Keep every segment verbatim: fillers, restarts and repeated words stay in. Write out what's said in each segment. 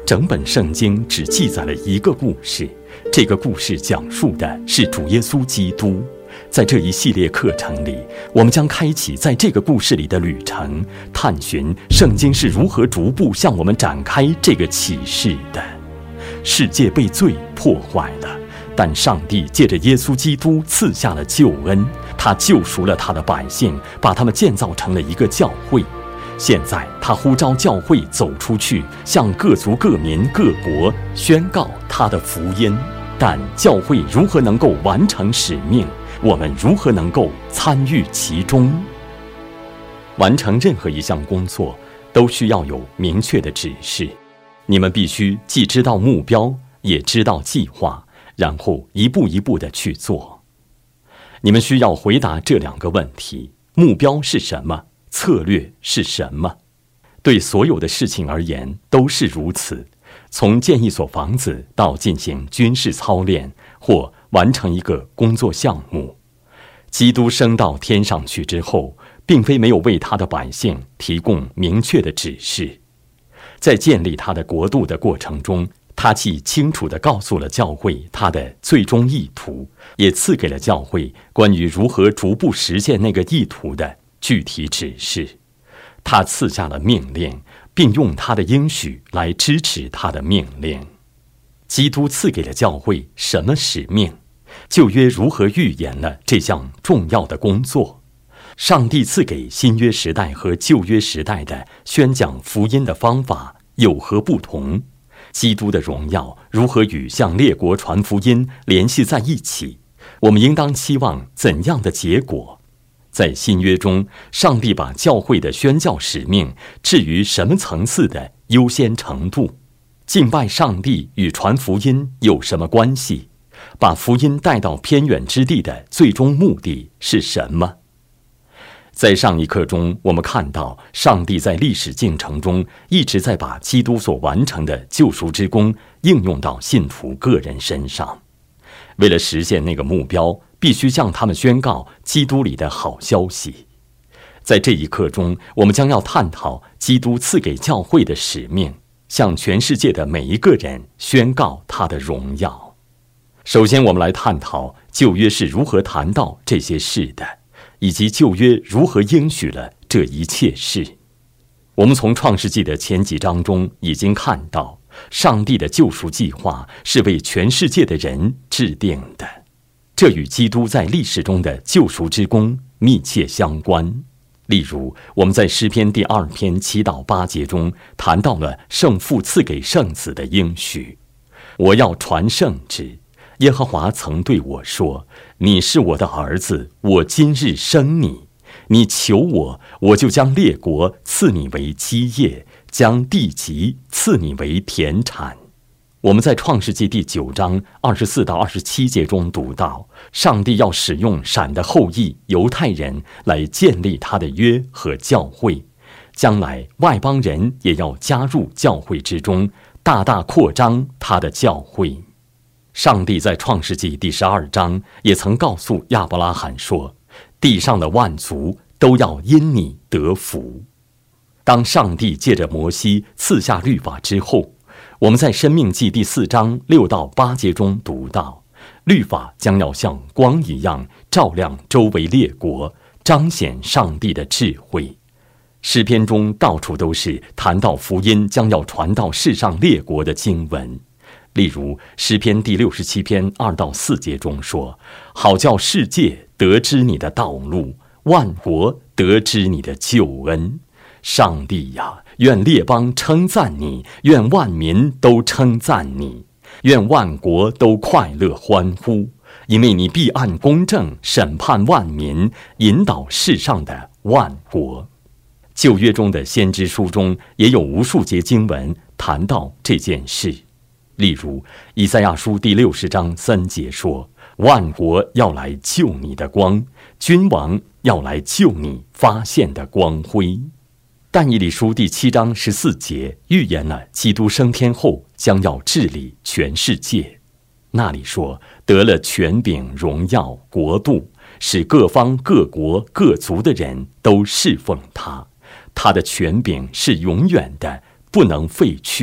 整本圣经只记载了一个故事，这个故事讲述的是主耶稣基督。在这一系列课程里，我们将开启在这个故事里的旅程，探寻圣经是如何逐步向我们展开这个启示的。世界被罪破坏了，但上帝借着耶稣基督赐下了救恩，他救赎了他的百姓，把他们建造成了一个教会。现在他呼召教会走出去，向各族各民各国宣告他的福音。但教会如何能够完成使命？我们如何能够参与其中？完成任何一项工作都需要有明确的指示，你们必须既知道目标，也知道计划，然后一步一步地去做。你们需要回答这两个问题：目标是什么？策略是什么？对所有的事情而言都是如此，从建一所房子到进行军事操练或完成一个工作项目。基督升到天上去之后，并非没有为他的百姓提供明确的指示。在建立他的国度的过程中，他既清楚地告诉了教会他的最终意图，也赐给了教会关于如何逐步实现那个意图的具体指示。他赐下了命令，并用他的应许来支持他的命令。基督赐给了教会什么使命？旧约如何预言了这项重要的工作？上帝赐给新约时代和旧约时代的宣讲福音的方法有何不同？基督的荣耀如何与向列国传福音联系在一起？我们应当期望怎样的结果？在新约中，上帝把教会的宣教使命置于什么层次的优先程度？敬拜上帝与传福音有什么关系？把福音带到偏远之地的最终目的是什么？在上一课中，我们看到上帝在历史进程中一直在把基督所完成的救赎之功应用到信徒个人身上。为了实现那个目标，必须向他们宣告基督里的好消息。在这一课中，我们将要探讨基督赐给教会的使命，向全世界的每一个人宣告他的荣耀。首先，我们来探讨旧约是如何谈到这些事的，以及旧约如何应许了这一切事。我们从创世纪的前几章中已经看到，上帝的救赎计划是为全世界的人制定的，这与基督在历史中的救赎之功密切相关。例如，我们在诗篇第二篇七到八节中谈到了圣父赐给圣子的应许：我要传圣旨。耶和华曾对我说：你是我的儿子，我今日生你。你求我，我就将列国赐你为基业，将地极赐你为田产。我们在创世纪第九章二十四到二十七节中读到，上帝要使用闪的后裔犹太人来建立他的约和教会，将来外邦人也要加入教会之中，大大扩张他的教会。上帝在创世纪第十二章也曾告诉亚伯拉罕说，地上的万族都要因你得福。当上帝借着摩西赐下律法之后，我们在申命记第四章六到八节中读到，律法将要像光一样照亮周围列国，彰显上帝的智慧。诗篇中到处都是谈到福音将要传到世上列国的经文。例如诗篇第六十七篇二到四节中说，好叫世界得知你的道路，万国得知你的救恩。上帝呀，愿列邦称赞你，愿万民都称赞你，愿万国都快乐欢呼，因为你必按公正审判万民，引导世上的万国。旧约中的先知书中也有无数节经文谈到这件事。例如以赛亚书第六十章三节说，万国要来救你的光，君王要来救你发现的光辉。但以理书第七章十四节预言了基督升天后将要治理全世界。那里说，得了权柄、荣耀、国度，使各方各国各族的人都侍奉他。他的权柄是永远的，不能废去。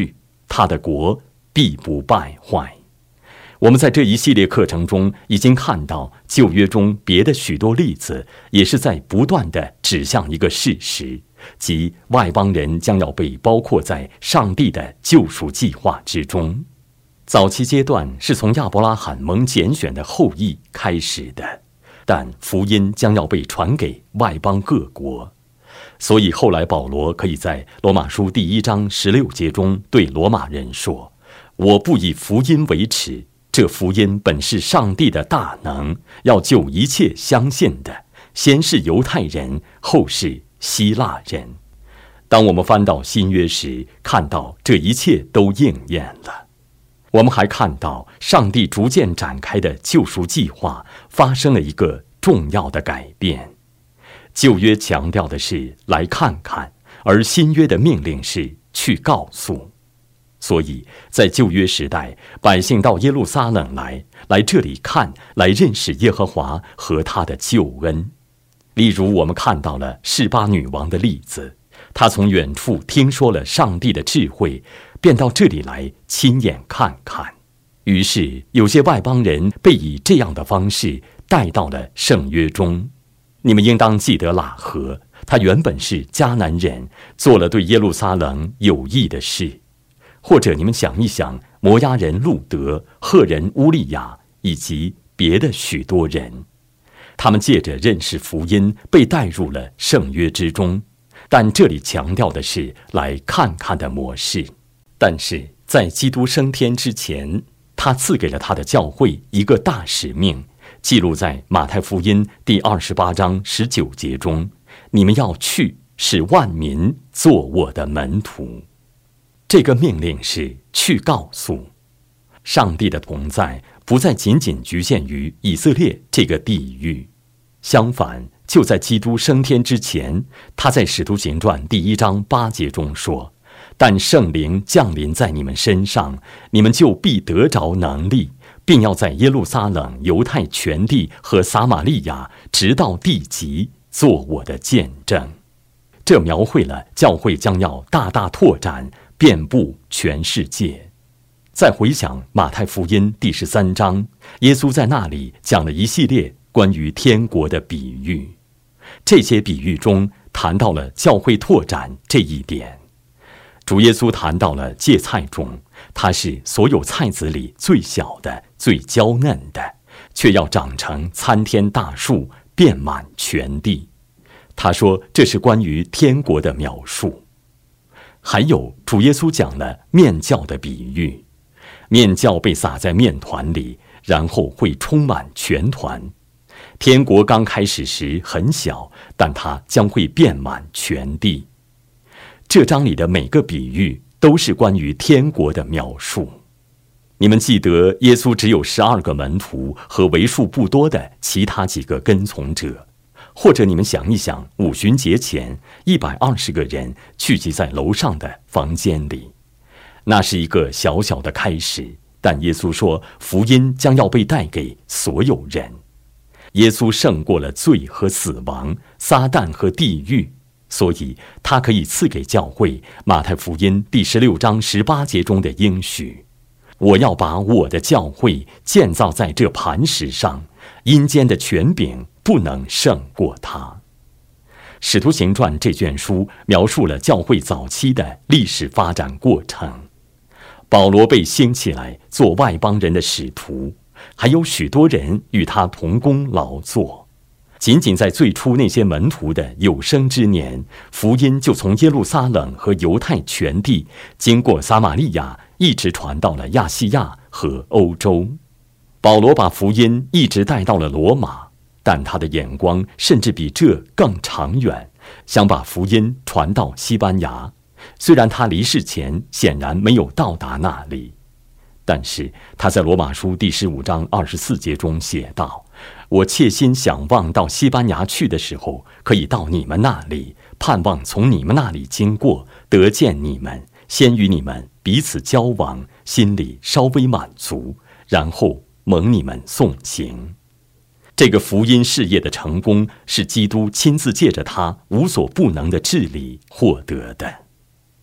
他的国必不败坏。我们在这一系列课程中已经看到旧约中别的许多例子，也是在不断地指向一个事实，即外邦人将要被包括在上帝的救赎计划之中。早期阶段是从亚伯拉罕蒙拣选的后裔开始的，但福音将要被传给外邦各国。所以后来保罗可以在罗马书第一章十六节中对罗马人说：我不以福音为耻，这福音本是上帝的大能，要救一切相信的，先是犹太人，后是希腊人。当我们翻到新约时，看到这一切都应验了。我们还看到上帝逐渐展开的救赎计划发生了一个重要的改变。旧约强调的是来看看，而新约的命令是去告诉。所以在旧约时代，百姓到耶路撒冷来，来这里看，来认识耶和华和他的救恩。例如我们看到了示巴女王的例子，她从远处听说了上帝的智慧，便到这里来亲眼看看。于是有些外邦人被以这样的方式带到了圣约中。你们应当记得喇合，他原本是迦南人，做了对耶路撒冷有益的事。或者你们想一想，摩押人路德、赫人乌利亚以及别的许多人，他们借着认识福音被带入了圣约之中。但这里强调的是来看看的模式。但是在基督升天之前，他赐给了他的教会一个大使命，记录在马太福音第二十八章十九节中：你们要去，使万民做我的门徒。这个命令是去告诉。上帝的同在不再仅仅局限于以色列这个地域，相反，就在基督升天之前，他在使徒行传第一章八节中说：但圣灵降临在你们身上，你们就必得着能力，并要在耶路撒冷、犹太全地和撒玛利亚直到地极做我的见证。这描绘了教会将要大大拓展，遍布全世界。再回想马太福音第十三章，耶稣在那里讲了一系列关于天国的比喻。这些比喻中谈到了教会拓展这一点。主耶稣谈到了芥菜种，它是所有菜籽里最小的、最娇嫩的，却要长成参天大树，遍满全地。他说这是关于天国的描述。还有主耶稣讲了面酵的比喻，面酵被撒在面团里，然后会充满全团。天国刚开始时很小，但它将会遍满全地。这章里的每个比喻都是关于天国的描述。你们记得耶稣只有十二个门徒和为数不多的其他几个跟从者。或者你们想一想，五旬节前一百二十个人聚集在楼上的房间里，那是一个小小的开始，但耶稣说福音将要被带给所有人。耶稣胜过了罪和死亡、撒旦和地狱，所以他可以赐给教会马太福音第十六章十八节中的应许：我要把我的教会建造在这磐石上，阴间的权柄不能胜过它。使徒行传这卷书描述了教会早期的历史发展过程。保罗被兴起来做外邦人的使徒，还有许多人与他同工劳作。仅仅在最初那些门徒的有生之年，福音就从耶路撒冷和犹太全地，经过撒玛利亚，一直传到了亚细亚和欧洲。保罗把福音一直带到了罗马，但他的眼光甚至比这更长远，想把福音传到西班牙。虽然他离世前显然没有到达那里，但是他在罗马书第十五章二十四节中写道：我切心想望到西班牙去的时候，可以到你们那里，盼望从你们那里经过，得见你们，先与你们彼此交往，心里稍微满足，然后蒙你们送行。这个福音事业的成功是基督亲自借着他无所不能的治理获得的。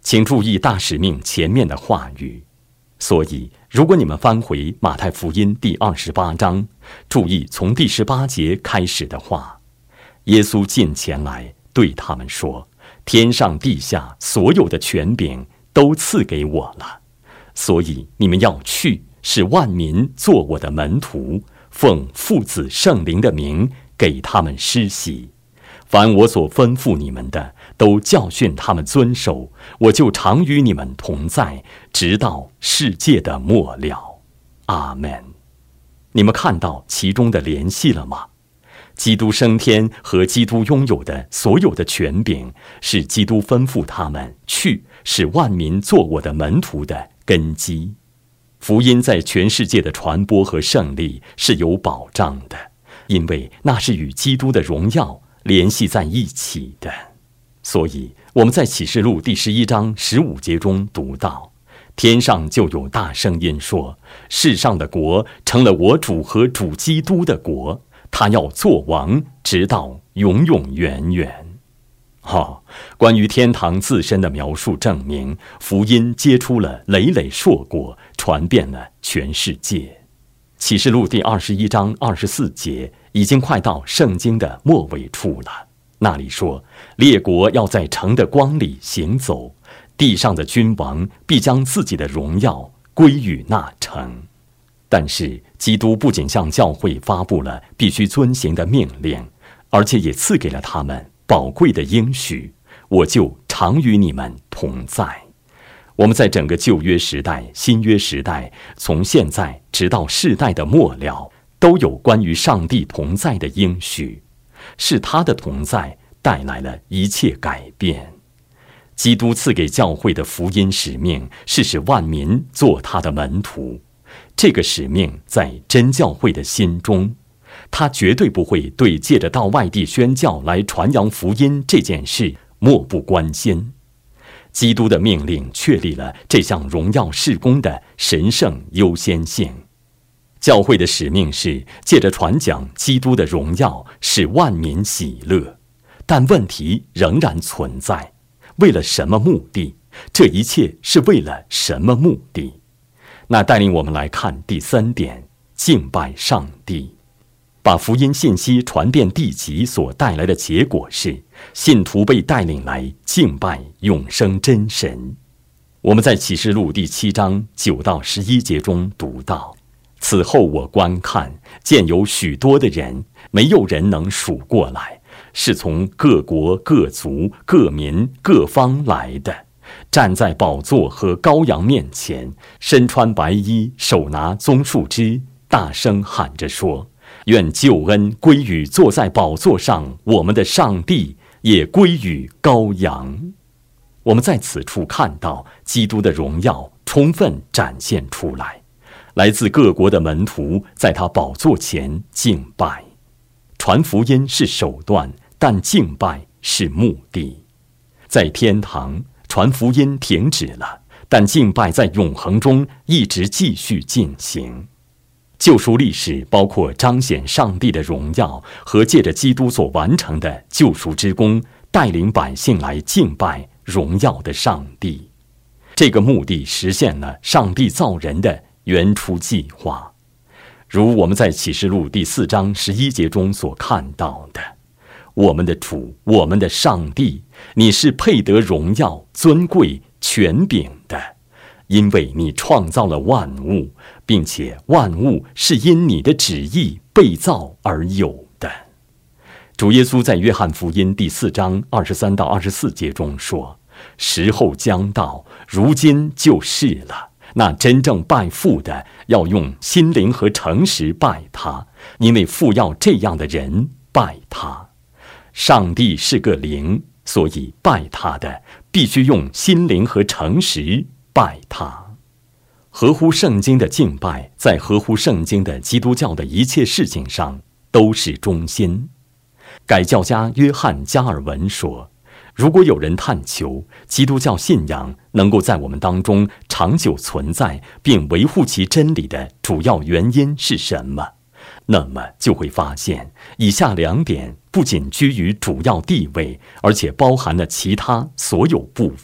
请注意大使命前面的话语。所以，如果你们翻回马太福音第二十八章，注意从第十八节开始的话，耶稣近前来对他们说：天上地下所有的权柄都赐给我了，所以你们要去，使万民做我的门徒，奉父子圣灵的名给他们施洗。凡我所吩咐你们的，都教训他们遵守，我就常与你们同在，直到世界的末了。阿们。你们看到其中的联系了吗？基督升天和基督拥有的所有的权柄，是基督吩咐他们去，使万民做我的门徒的根基。福音在全世界的传播和胜利是有保障的，因为那是与基督的荣耀联系在一起的。所以我们在启示录第十一章十五节中读到，天上就有大声音说：世上的国成了我主和主基督的国，他要做王，直到永永远远。哦，关于天堂自身的描述证明，福音结出了累累硕果，传遍了全世界。启示录第二十一章二十四节已经快到圣经的末尾处了。那里说，列国要在城的光里行走，地上的君王必将自己的荣耀归于那城。但是基督不仅向教会发布了必须遵行的命令，而且也赐给了他们宝贵的应许：我就常与你们同在。我们在整个旧约时代、新约时代，从现在直到世代的末了，都有关于上帝同在的应许，是他的同在带来了一切改变。基督赐给教会的福音使命是使万民做他的门徒，这个使命在真教会的心中，他绝对不会对借着到外地宣教来传扬福音这件事漠不关心。基督的命令确立了这项荣耀事工的神圣优先性。教会的使命是借着传讲基督的荣耀，使万民喜乐。但问题仍然存在，为了什么目的？这一切是为了什么目的？那带领我们来看第三点：敬拜上帝。把福音信息传遍地极所带来的结果是，信徒被带领来敬拜永生真神。我们在启示录第七章九到十一节中读到：此后我观看，见有许多的人，没有人能数过来，是从各国各族各民各方来的，站在宝座和羔羊面前，身穿白衣，手拿棕树枝，大声喊着说：愿救恩归于坐在宝座上我们的上帝，也归于羔羊。我们在此处看到基督的荣耀充分展现出来，来自各国的门徒在他宝座前敬拜。传福音是手段，但敬拜是目的。在天堂，传福音停止了，但敬拜在永恒中一直继续进行。救赎历史包括彰显上帝的荣耀和借着基督所完成的救赎之功，带领百姓来敬拜荣耀的上帝。这个目的实现了上帝造人的原初计划。如我们在启示录第四章十一节中所看到的：我们的主，我们的上帝，你是配得荣耀、尊贵、权柄的，因为你创造了万物，并且万物是因你的旨意被造而有的。主耶稣在约翰福音第四章二十三到二十四节中说：时候将到，如今就是了。那真正拜父的，要用心灵和诚实拜他，因为父要这样的人拜他。上帝是个灵，所以拜他的必须用心灵和诚实拜他。合乎圣经的敬拜，在合乎圣经的基督教的一切事情上都是中心。改教家约翰·加尔文说：如果有人探求基督教信仰能够在我们当中长久存在并维护其真理的主要原因是什么，那么就会发现以下两点不仅居于主要地位，而且包含了其他所有部分，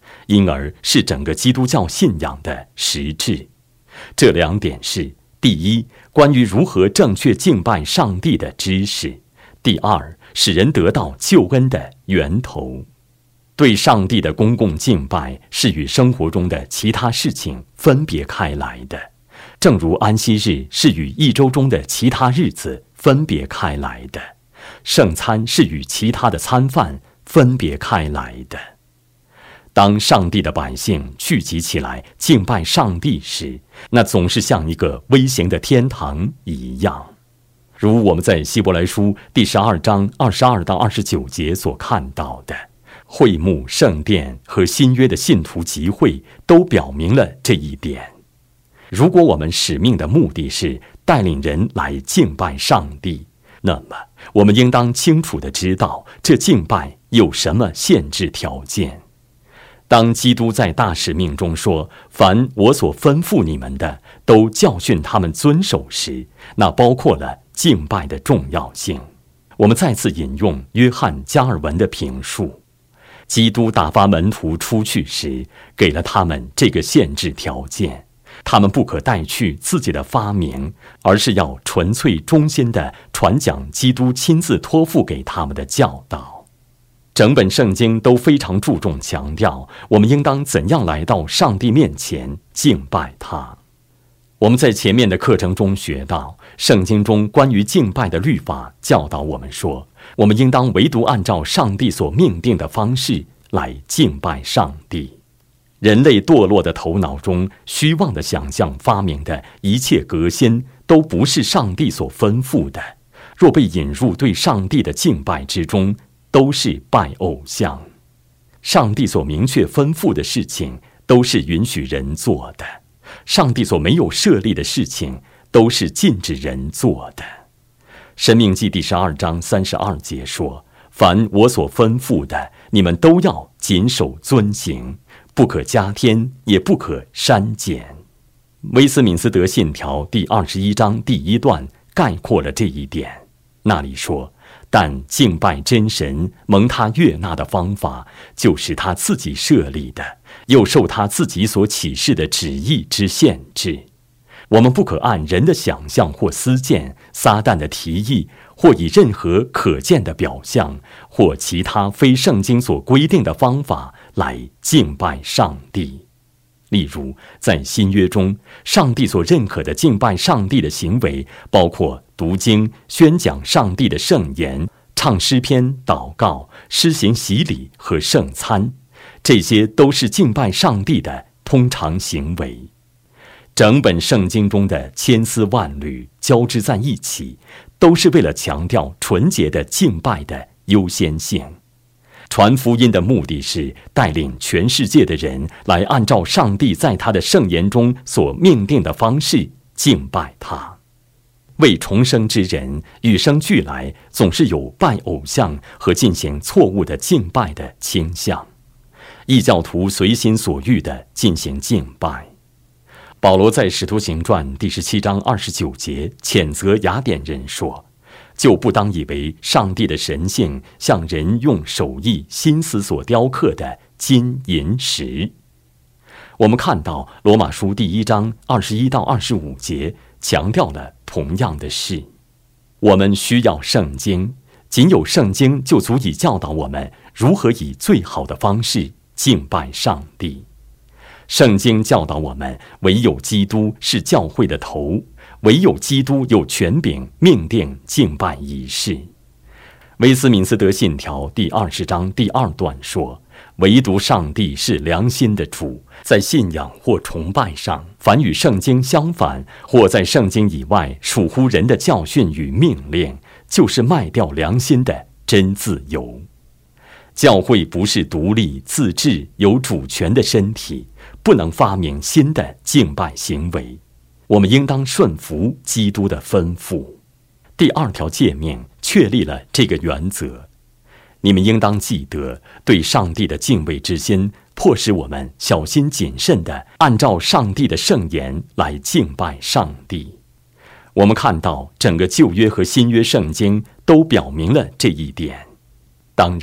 因而是整个基督教信仰的实质。这两点是：第一，关于如何正确敬拜上帝的知识；第二，使人得到救恩的源头。对上帝的公共敬拜是与生活中的其他事情分别开来的，正如安息日是与一周中的其他日子分别开来的，圣餐是与其他的餐饭分别开来的。当上帝的百姓聚集起来敬拜上帝时，那总是像一个微型的天堂一样。如我们在希伯来书第十二章二十二到二十九节所看到的，会幕、圣殿和新约的信徒集会都表明了这一点。如果我们使命的目的是带领人来敬拜上帝，那么我们应当清楚地知道这敬拜有什么限制条件。当基督在大使命中说，凡我所吩咐你们的，都教训他们遵守时，那包括了敬拜的重要性。我们再次引用约翰加尔文的评述，基督打发门徒出去时，给了他们这个限制条件：他们不可带去自己的发明，而是要纯粹忠心地传讲基督亲自托付给他们的教导。整本圣经都非常注重强调，我们应当怎样来到上帝面前敬拜他。我们在前面的课程中学到，圣经中关于敬拜的律法教导我们说，我们应当唯独按照上帝所命定的方式来敬拜上帝。人类堕落的头脑中虚妄的想象发明的一切革新，都不是上帝所吩咐的。若被引入对上帝的敬拜之中，都是拜偶像。上帝所明确吩咐的事情，都是允许人做的；上帝所没有设立的事情，都是禁止人做的。申命记第十二章三十二节说：凡我所吩咐的，你们都要谨守遵行，不可加添，也不可删减。威斯敏斯德信条第二十一章第一段概括了这一点，那里说：但敬拜真神蒙他悦纳的方法，就是他自己设立的，又受他自己所启示的旨意之限制。我们不可按人的想象或私见、撒旦的提议，或以任何可见的表象，或其他非圣经所规定的方法来敬拜上帝。例如，在新约中，上帝所认可的敬拜上帝的行为，包括读经、宣讲上帝的圣言、唱诗篇、祷告、施行洗礼和圣餐，这些都是敬拜上帝的通常行为。整本圣经中的千丝万缕交织在一起，都是为了强调纯洁的敬拜的优先性。传福音的目的是带领全世界的人来按照上帝在他的圣言中所命定的方式敬拜他。未重生之人与生俱来总是有拜偶像和进行错误的敬拜的倾向，异教徒随心所欲地进行敬拜。保罗在使徒行传第十七章二十九节谴责雅典人说：就不当以为上帝的神性像人用手艺心思所雕刻的金银石。我们看到罗马书第一章二十一到二十五节强调了同样的事。我们需要圣经，仅有圣经就足以教导我们如何以最好的方式敬拜上帝。圣经教导我们，唯有基督是教会的头，唯有基督有权柄命定敬拜仪式。威斯敏斯德信条第二十章第二段说：唯独上帝是良心的主，在信仰或崇拜上，凡与圣经相反，或在圣经以外属乎人的教训与命令，就是卖掉良心的真自由。教会不是独立自治有主权的身体，不能发明新的敬拜行为。我们应当顺服基督的吩咐。第二条诫命确立了这个原则。你们应当记得，对上帝的敬畏之心，迫使我们小心谨慎地按照上帝的圣言来敬拜上帝。我们看到整个旧约和新约圣经都表明了这一点。当然，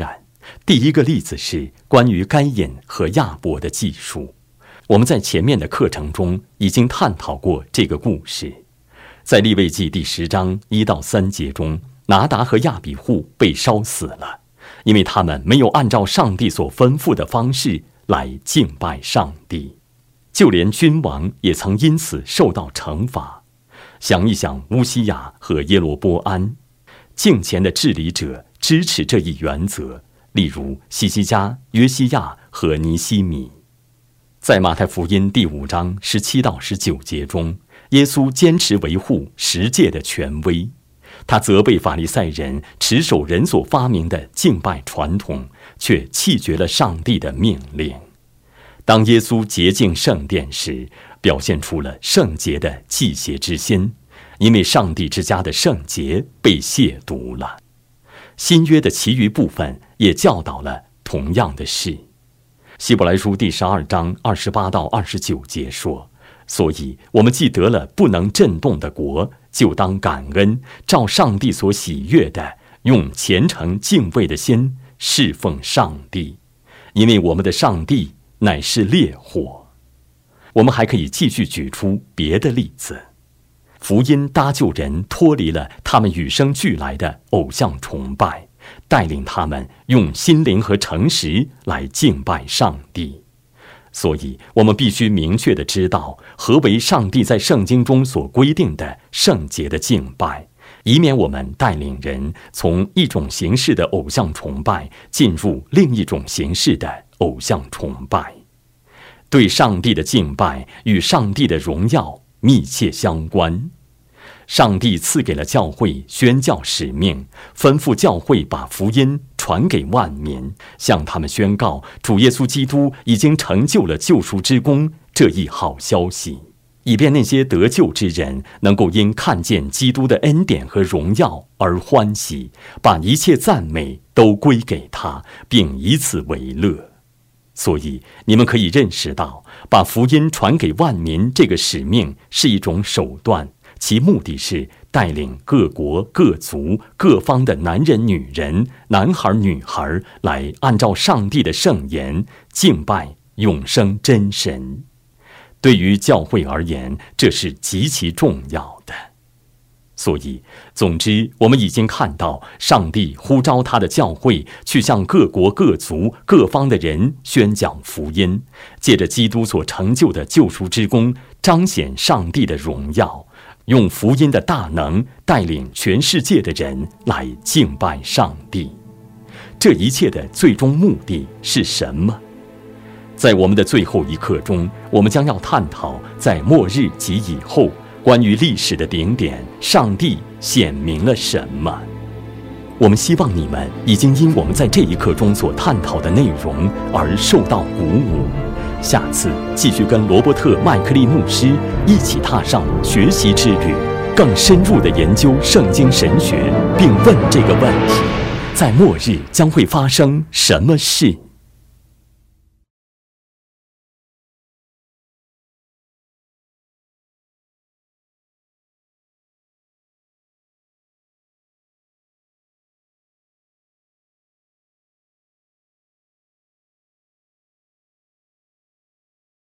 第一个例子是关于该隐和亚伯的记述。我们在前面的课程中已经探讨过这个故事。在利未记第十章一到三节中，拿达和亚比户被烧死了，因为他们没有按照上帝所吩咐的方式来敬拜上帝。就连君王也曾因此受到惩罚。想一想乌西雅和耶罗波安，敬虔的治理者支持这一原则，例如西西家、约西亚和尼希米。在马太福音第五章十七到十九节中，耶稣坚持维护十诫的权威。他责备法利赛人持守人所发明的敬拜传统，却弃绝了上帝的命令。当耶稣洁净圣殿时，表现出了圣洁的祭邪之心，因为上帝之家的圣洁被亵渎了。新约的其余部分也教导了同样的事。希伯来书第十二章二十八到二十九节说，所以我们既得了不能震动的国，就当感恩，照上帝所喜悦的，用虔诚敬畏的心侍奉上帝，因为我们的上帝乃是烈火。我们还可以继续举出别的例子。福音搭救人脱离了他们与生俱来的偶像崇拜，带领他们用心灵和诚实来敬拜上帝。所以我们必须明确地知道何为上帝在圣经中所规定的圣洁的敬拜，以免我们带领人从一种形式的偶像崇拜进入另一种形式的偶像崇拜。对上帝的敬拜与上帝的荣耀密切相关。上帝赐给了教会宣教使命，吩咐教会把福音传给万民，向他们宣告主耶稣基督已经成就了救赎之功这一好消息，以便那些得救之人能够因看见基督的恩典和荣耀而欢喜，把一切赞美都归给他，并以此为乐。所以你们可以认识到，把福音传给万民这个使命是一种手段，其目的是带领各国各族各方的男人女人男孩女孩来按照上帝的圣言敬拜永生真神。对于教会而言，这是极其重要的。所以总之，我们已经看到上帝呼召他的教会去向各国各族各方的人宣讲福音，借着基督所成就的救赎之功彰显上帝的荣耀，用福音的大能带领全世界的人来敬拜上帝。这一切的最终目的是什么？在我们的最后一课中，我们将要探讨在末日及以后关于历史的顶点，上帝显明了什么。我们希望你们已经因我们在这一课中所探讨的内容而受到鼓舞。下次继续跟罗伯特·麦克利牧师一起踏上学习之旅，更深入地研究圣经神学，并问这个问题：在末日将会发生什么事？